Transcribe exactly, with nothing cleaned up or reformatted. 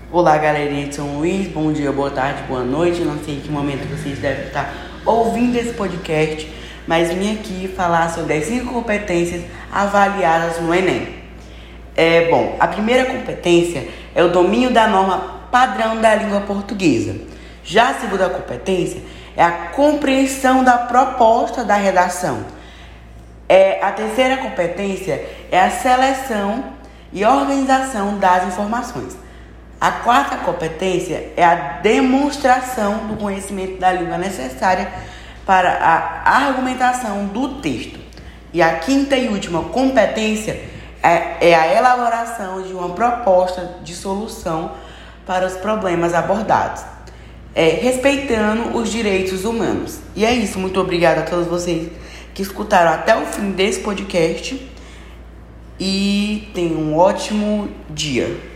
Olá, galerinha de São Luís, bom dia, boa tarde, boa noite. Não sei em que momento vocês devem estar ouvindo esse podcast, mas vim aqui falar sobre as cinco competências avaliadas no Enem. É, bom, a primeira competência é o domínio da norma padrão da língua portuguesa. Já a segunda competência é a compreensão da proposta da redação. É, a terceira competência é a seleção e organização das informações. A quarta competência é a demonstração do conhecimento da língua necessária para a argumentação do texto. E a quinta e última competência é, é a elaboração de uma proposta de solução para os problemas abordados, é, respeitando os direitos humanos. E é isso, muito obrigada a todos vocês que escutaram até o fim desse podcast e tenham um ótimo dia.